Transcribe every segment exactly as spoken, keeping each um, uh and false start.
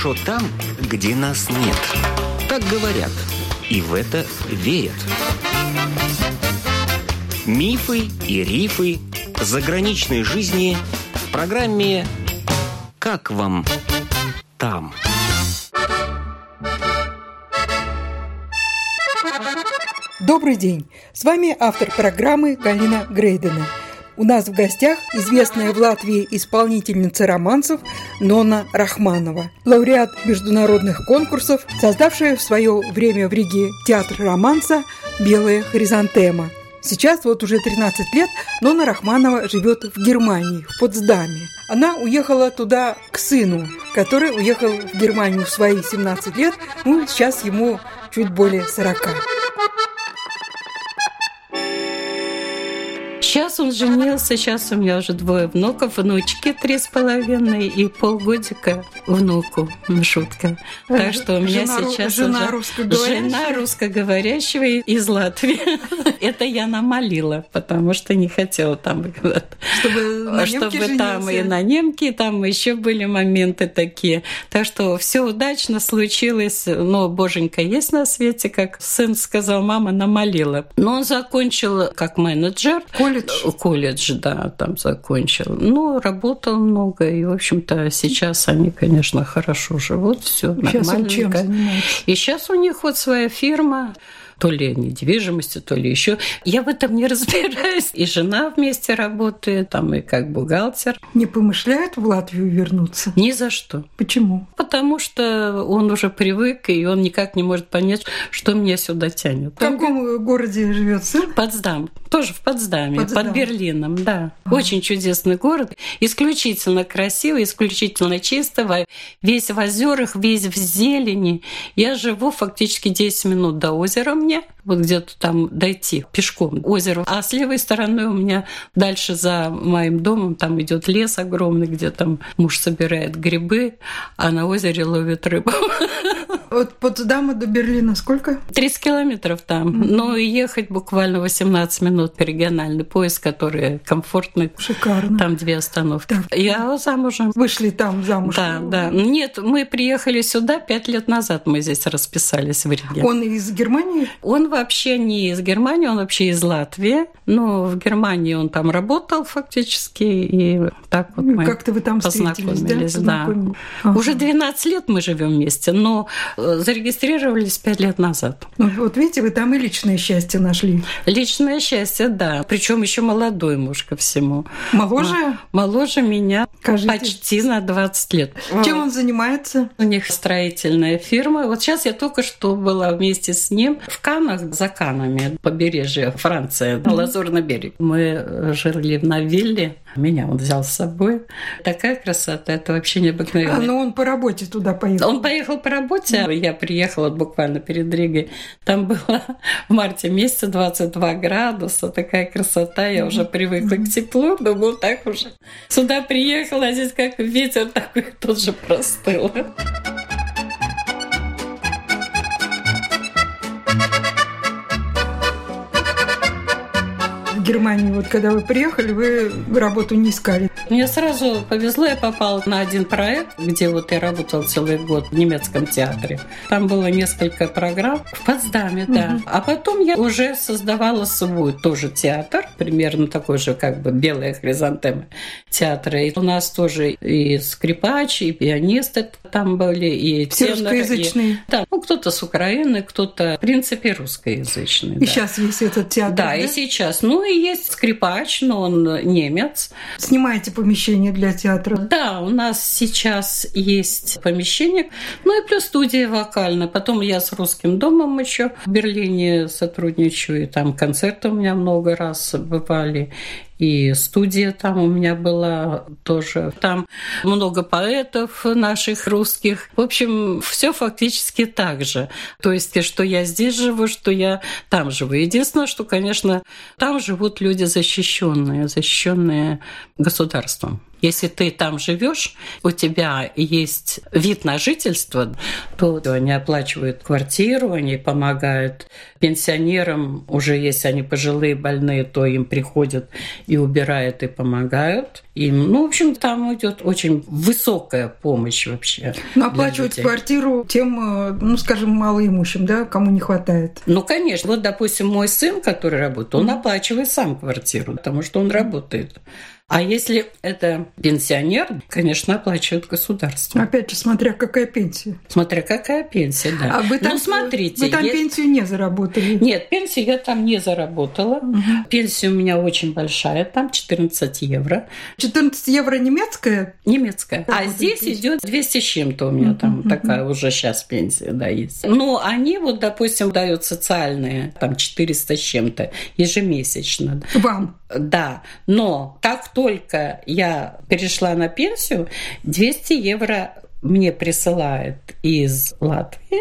хорошо там, где нас нет. Так говорят, и в это верят. Мифы и рифы заграничной жизни в программе «Как вам там?». Добрый день! С вами автор программы Галина Грейдена. У нас в гостях известная в Латвии исполнительница романсов Нонна Рахманова, лауреат международных конкурсов, создавшая в свое время в Риге театр романса «Белая хризантема». Сейчас вот уже тринадцать лет Нонна Рахманова живет в Германии, в Потсдаме. Она уехала туда к сыну, который уехал в Германию в свои семнадцать лет, ну, сейчас ему чуть более сорока. Сейчас он женился, сейчас у меня уже двое внуков, внучки три с половиной и полгодика внуку, шутка. Так что у меня жена, сейчас жена уже русскоговорящая. жена русскоговорящего из Латвии. Это я намолила, потому что не хотела там, чтобы, на чтобы там и на немке, там еще были моменты такие. Так что все удачно случилось. Но боженька есть на свете, как сын сказал, мама намолила. Но он закончил как менеджер. Колледж? Колледж, да, там закончил. Ну, работал много, и, в общем-то, сейчас они, конечно, хорошо живут, все нормально. Сейчас он чем занимается? И сейчас у них вот своя фирма, то ли недвижимости, то ли еще. Я в этом не разбираюсь. И жена вместе работает, там и как бухгалтер. Не помышляет в Латвию вернуться? Ни за что. Почему? Потому что он уже привык, и он никак не может понять, что меня сюда тянет. В каком городе живет сын? Потсдам. Тоже в Потсдаме, Потсдам. под Берлином, да. А. Очень чудесный город. Исключительно красивый, исключительно чистый. Весь в озерах, весь в зелени. Я живу фактически десять минут до озера мне. Вот где-то там дойти пешком озеро. А с левой стороны у меня дальше за моим домом там идет лес огромный, где там муж собирает грибы, а на озере ловит рыбу. От Потсдама до Берлина сколько? тридцать километров там. Mm-hmm. Но ехать буквально восемнадцать минут по региональный поезд, который комфортный. Шикарно. Там две остановки. Так. Я замужем. Вышли там замуж? Да, да. Нет, мы приехали сюда пять лет назад, мы здесь расписались в Риге. Он из Германии? Он вообще не из Германии, он вообще из Латвии. Но в Германии он там работал фактически, и так вот мы как-то вы там познакомились. Да? Да. Ага. Уже двенадцать лет мы живем вместе, но зарегистрировались пять лет назад. Ну, вот видите, вы там и личное счастье нашли. Личное счастье, да. Причем еще молодой муж ко всему. Моложе? Моложе меня. Кажется. Почти на двадцать лет. Чем он занимается? У них строительная фирма. Вот сейчас я только что была вместе с ним в Каннах, за Каннами, побережье Франции, на Лазурный берег. Мы жили на вилле. Меня он взял с собой. Такая красота, это вообще необыкновенно. А, но он по работе туда поехал. Он поехал по работе. Я приехала буквально перед Ригой. Там было в марте месяце двадцать два градуса. Такая красота. Я уже привыкла к теплу. Думаю, так уже. Сюда приехала, а здесь как ветер такой, тут же простыл. В Германии, вот когда вы приехали, вы работу не искали? Мне сразу повезло, я попала на один проект, где вот я работала целый год в немецком театре. Там было несколько программ в Потсдаме, да. Угу. А потом я уже создавала свой тоже театр, примерно такой же, как бы «Белая хризантема» театра. И у нас тоже и скрипач, и пианисты там были, и все теноры. Русскоязычные? И, да, ну, кто-то с Украины, кто-то, в принципе, русскоязычный. И да. сейчас весь этот театр, да? Да, и сейчас. Ну, и есть скрипач, но он немец. Снимаете помещение для театра? Да, у нас сейчас есть помещение, ну и плюс студия вокальная. Потом я с Русским домом еще в Берлине сотрудничаю, и там концерты у меня много раз бывали. И студия там у меня была тоже. Там много поэтов наших русских. В общем, все фактически так же. То есть, что я здесь живу, что я там живу. Единственное, что, конечно, там живут люди защищенные, защищенные государством. Если ты там живешь, у тебя есть вид на жительство, то они оплачивают квартиру, они помогают пенсионерам, уже если они пожилые, больные, то им приходят и убирают, и помогают им. Ну, в общем, там идет очень высокая помощь вообще. Но оплачивать квартиру тем, ну, скажем, малоимущим, да, кому не хватает. Ну, конечно. Вот, допустим, мой сын, который работает, он mm-hmm. оплачивает сам квартиру, потому что он работает. А если это пенсионер, конечно, оплачивает государство. Опять же, смотря какая пенсия. Смотря какая пенсия, да. А вы там, ну, смотрите, вы там есть... пенсию не заработали? Нет, пенсию я там не заработала. Угу. Пенсия у меня очень большая, там четырнадцать евро. четырнадцать евро немецкая? Немецкая. Как а здесь пенсия? Идет двести с чем-то у меня угу, там угу. такая уже сейчас пенсия, да, есть. Ну, они вот, допустим, дают социальные, там четыреста с чем-то ежемесячно. Вам? Да, но как только я перешла на пенсию, двести евро мне присылает из Латвии,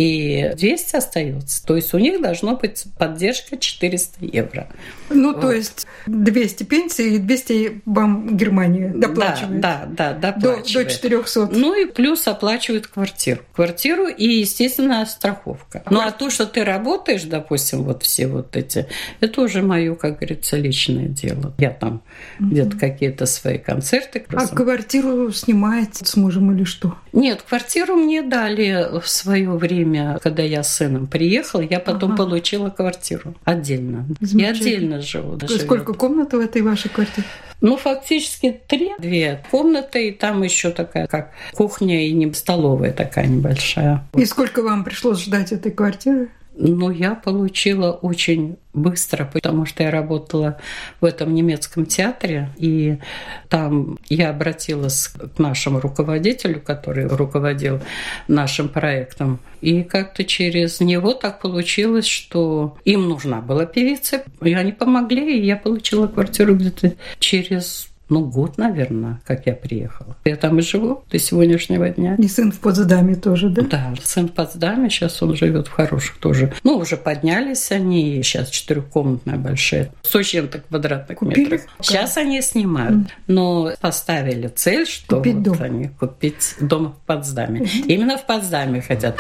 и двести остается. То есть у них должно быть поддержка четыреста евро. Ну, вот. То есть двести пенсии и двести вам Германия доплачивает. Да, да, да, доплачивает. До, до четырёхсот. Ну и плюс оплачивает квартиру. Квартиру и, естественно, страховка. Ну, а то, что ты работаешь, допустим, вот все вот эти, это уже мое, как говорится, личное дело. Я там угу. где-то какие-то свои концерты. А квартиру снимаете с мужем или что? Нет, квартиру мне дали в свое время. Время, когда я с сыном приехала, я потом ага. получила квартиру отдельно. Я отдельно живу. Сколько живет. Комнат в этой вашей квартире? Ну, фактически три. Две комнаты, и там еще такая, как кухня и не столовая такая небольшая. И сколько вам пришлось ждать этой квартиры? Ну, я получила очень быстро, потому что я работала в этом немецком театре, и там я обратилась к нашему руководителю, который руководил нашим проектом, и как-то через него так получилось, что им нужна была певица, и они помогли, и я получила квартиру где-то через... Ну, год, наверное, как я приехала. Я там и живу до сегодняшнего дня. И сын в Потсдаме тоже, да? Да, сын в Потсдаме, сейчас он живет в хороших тоже. Ну, уже поднялись они, сейчас четырехкомнатная большая, сто с чем-то квадратных Купили? метров. Сейчас они снимают, но поставили цель, что купить вот дом. они купить дом в Потсдаме. Mm-hmm. Именно в Потсдаме хотят.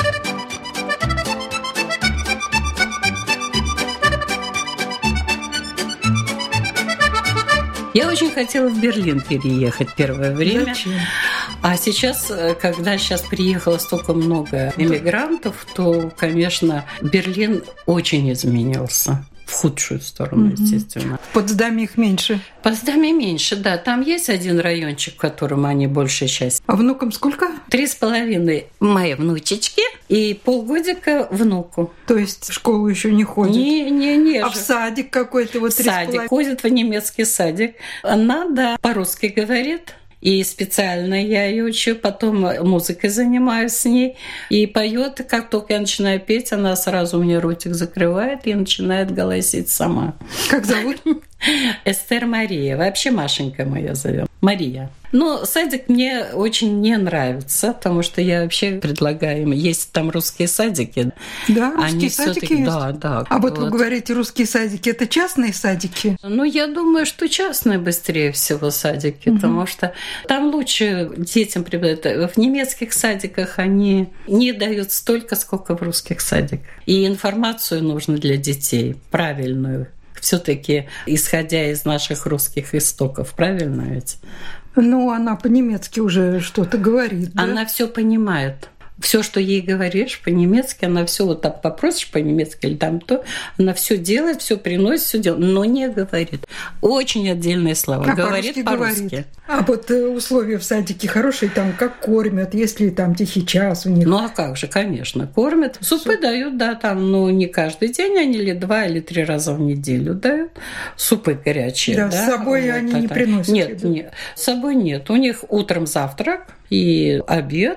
Я очень хотела в Берлин переехать первое время. Зачем? А сейчас, когда сейчас приехало столько много иммигрантов, то, конечно, Берлин очень изменился. В худшую сторону, mm-hmm. естественно. В Потсдаме их меньше? В Потсдаме меньше, да. Там есть один райончик, в котором они большая часть. А внукам сколько? Три с половиной моей внучечки и полгодика внуку. То есть в школу еще не ходит? Не, не, не. А в садик какой-то вот три садик. Ходит в немецкий садик. Она, да, по-русски говорит. И специально я ее учу, потом музыкой занимаюсь с ней. И поет, и как только я начинаю петь, она сразу мне ротик закрывает и начинает голосить сама. Как зовут? Эстер Мария. Вообще Машенька моя зовем. Мария. Но садик мне очень не нравится, потому что я вообще предлагаю им, есть там русские садики. Да, русские они садики есть? Да, да. А вот, вот вы говорите, русские садики, это частные садики? Ну, я думаю, что частные быстрее всего садики, угу. потому что там лучше детям преподают. В немецких садиках они не дают столько, сколько в русских садиках. И информацию нужно для детей, правильную. Все-таки исходя из наших русских истоков, правильно ведь? Ну, она по-немецки уже что-то говорит. Да? Она все понимает. Все, что ей говоришь по-немецки, она все вот так попросишь по-немецки или там то, она все делает, все приносит, все делает, но не говорит. Очень отдельные слова. А говорит по-русски. по-русски. А вот условия в садике хорошие, там как кормят, если там тихий час у них? Ну а как же, конечно, кормят. Супы Суп. дают, да, там, ну не каждый день, они или два, или три раза в неделю дают. Супы горячие. Да, да? С собой вот, они это. не приносят? Нет, нет, с собой нет. У них утром завтрак и обед.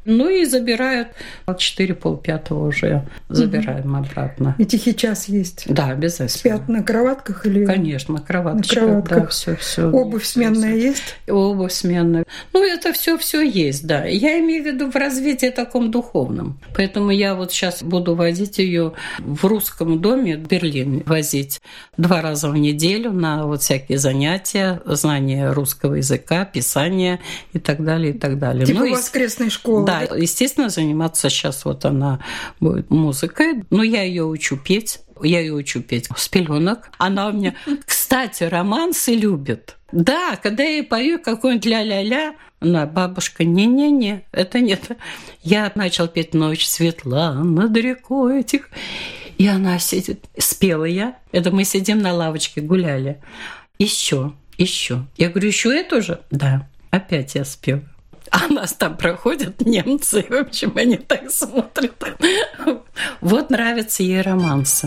Ну и забирают в четыре полпятого уже забираем угу. обратно. И тихий час есть? Да, обязательно. Спят на кроватках или? Конечно, на кроватках. На кроватках. Да, все, все. Обувь все, сменная все. Есть? Обувь сменная. Ну, это все, все есть, да. Я имею в виду в развитии таком духовном. Поэтому я вот сейчас буду водить ее в русском доме в Берлин, возить два раза в неделю на вот всякие занятия, знание русского языка, писания и так далее, и так далее. Типа ну, воскресной школы. Да, да, естественно, заниматься сейчас вот она будет музыкой, но я ее учу петь. Я ее учу петь с пеленок. Она у меня, кстати, романсы любит. Да, когда я ей пою какой-нибудь ля-ля-ля, она, бабушка, не-не-не, это нет. Я начал петь «Ночь светла над рекой этих». И она сидит, спела я. Это мы сидим на лавочке, гуляли. Еще, еще. Я говорю, еще эту же? Да, опять я спела. А нас там проходят немцы, в общем, они так смотрят. Вот нравятся ей романсы.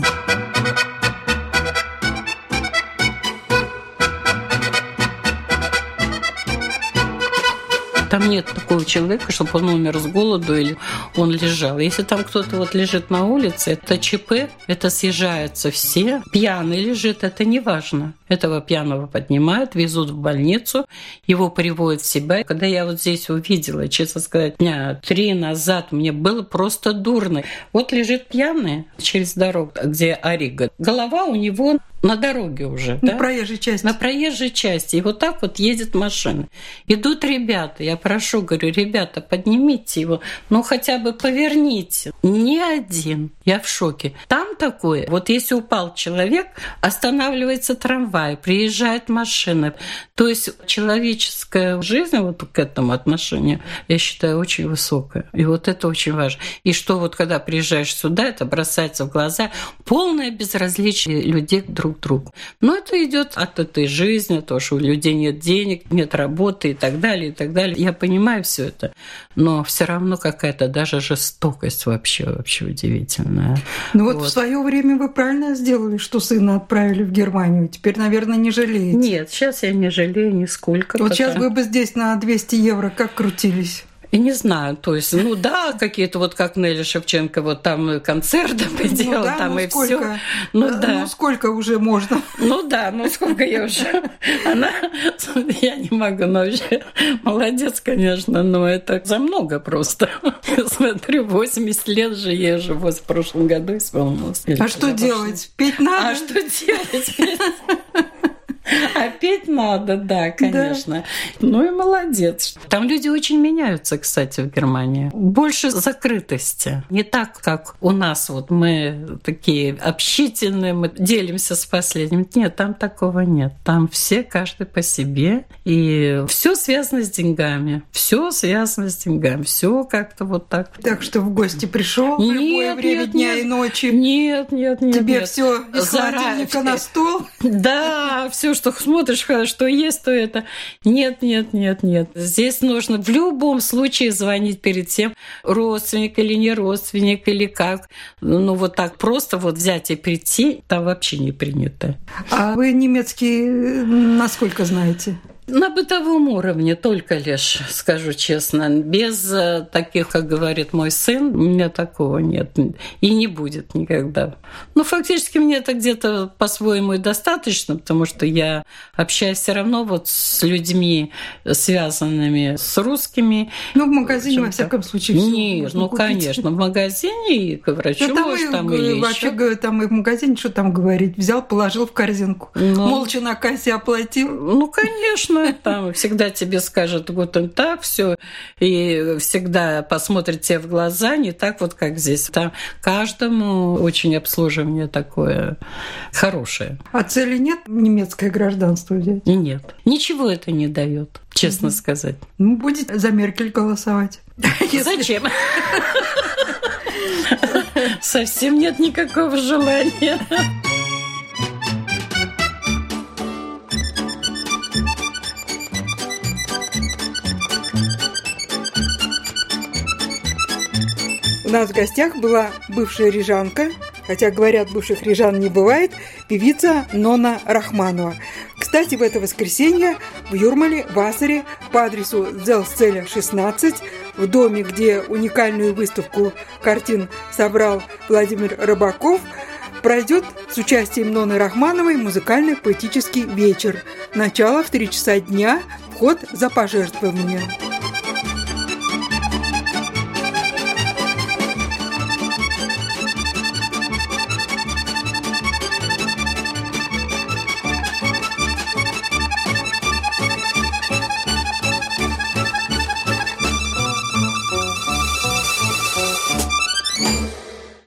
Там нет такого человека, чтобы он умер с голоду или он лежал. Если там кто-то вот лежит на улице, это ЧП, это съезжаются все. Пьяный лежит, это не важно. Этого пьяного поднимают, везут в больницу, его приводят в себя. Когда я вот здесь увидела, честно сказать, дня три назад, мне было просто дурно. Вот лежит пьяный через дорогу, где Ориго. Голова у него на дороге уже. На да? проезжей части. На проезжей части. И вот так вот едет машина. Идут ребята. Я прошу, говорю, ребята, поднимите его. Ну, хотя бы поверните. Ни один. Я в шоке. Там такое. Вот если упал человек, останавливается трамвай, приезжает машина. То есть человеческая жизнь вот к этому отношению, я считаю, очень высокая. И вот это очень важно. И что вот когда приезжаешь сюда, это бросается в глаза. Полное безразличие людей друг к другу. Но это идет от этой жизни, то, что у людей нет денег, нет работы и так далее, и так далее. Я понимаю все это, но все равно какая-то даже жестокость вообще, вообще удивительная. Ну вот, вот в свое время вы правильно сделали, что сына отправили в Германию. Теперь, наверное, не жалеете. Нет, сейчас я не жалею нисколько. Вот пока... сейчас вы бы здесь на двести евро как крутились? И не знаю, то есть, ну да, какие-то вот как Нелли Шевченко, вот там концерты поделала, ну, да, там ну, и все. Ну да. Ну сколько уже можно? Ну да, ну сколько я уже. Она, я не могу, но вообще молодец, конечно, но это за много просто. Смотрю, восемьдесят лет же ей же вот в прошлом году исполнилось. А что делать? Петь надо? А что делать? А петь надо, да, конечно. Да. Ну и молодец. Там люди очень меняются, кстати, в Германии. Больше закрытости. Не так, как у нас. Вот мы такие общительные, мы делимся с последним. Нет, там такого нет. Там все, каждый по себе. И все связано с деньгами. Все связано с деньгами. Все как-то вот так. Так что в гости пришел в любое время нет, дня нет. и ночи. Нет, нет, нет. Тебе все из холодильника на стол. Да, все, что смотришь, что есть, то это. Нет, нет, нет, нет. Здесь нужно в любом случае звонить перед тем, родственник или не родственник, или как. Ну, вот так просто вот взять и прийти, там вообще не принято. А вы немецкий насколько знаете? На бытовом уровне только лишь, скажу честно. Без таких, как говорит мой сын, у меня такого нет. И не будет никогда. Ну, фактически мне это где-то по-своему и достаточно, потому что я общаюсь все равно вот с людьми, связанными с русскими. Ну, в магазине, в во всяком случае, всё Нет, ну, купить. Конечно, в магазине и к врачу, да, там может, и, там или вообще, еще. Там и в магазине, что там говорить, взял, положил в корзинку. Ну, молча на кассе оплатил. Ну, конечно. Там всегда тебе скажут, вот он так, все, и всегда посмотрит тебе в глаза, не так вот, как здесь. Там каждому очень обслуживание такое хорошее. А цели нет немецкое гражданство взять? Нет. Ничего это не дает, честно mm-hmm. сказать. Ну, будете за Меркель голосовать. Зачем? Совсем нет никакого желания. У нас в гостях была бывшая рижанка, хотя, говорят, бывших рижан не бывает, певица Нона Рахманова. Кстати, в это воскресенье в Юрмале, в Ассере, по адресу Дзелсцеля шестнадцать, в доме, где уникальную выставку картин собрал Владимир Рыбаков, пройдет с участием Ноны Рахмановой музыкально-поэтический вечер. Начало в три часа дня, вход за пожертвования.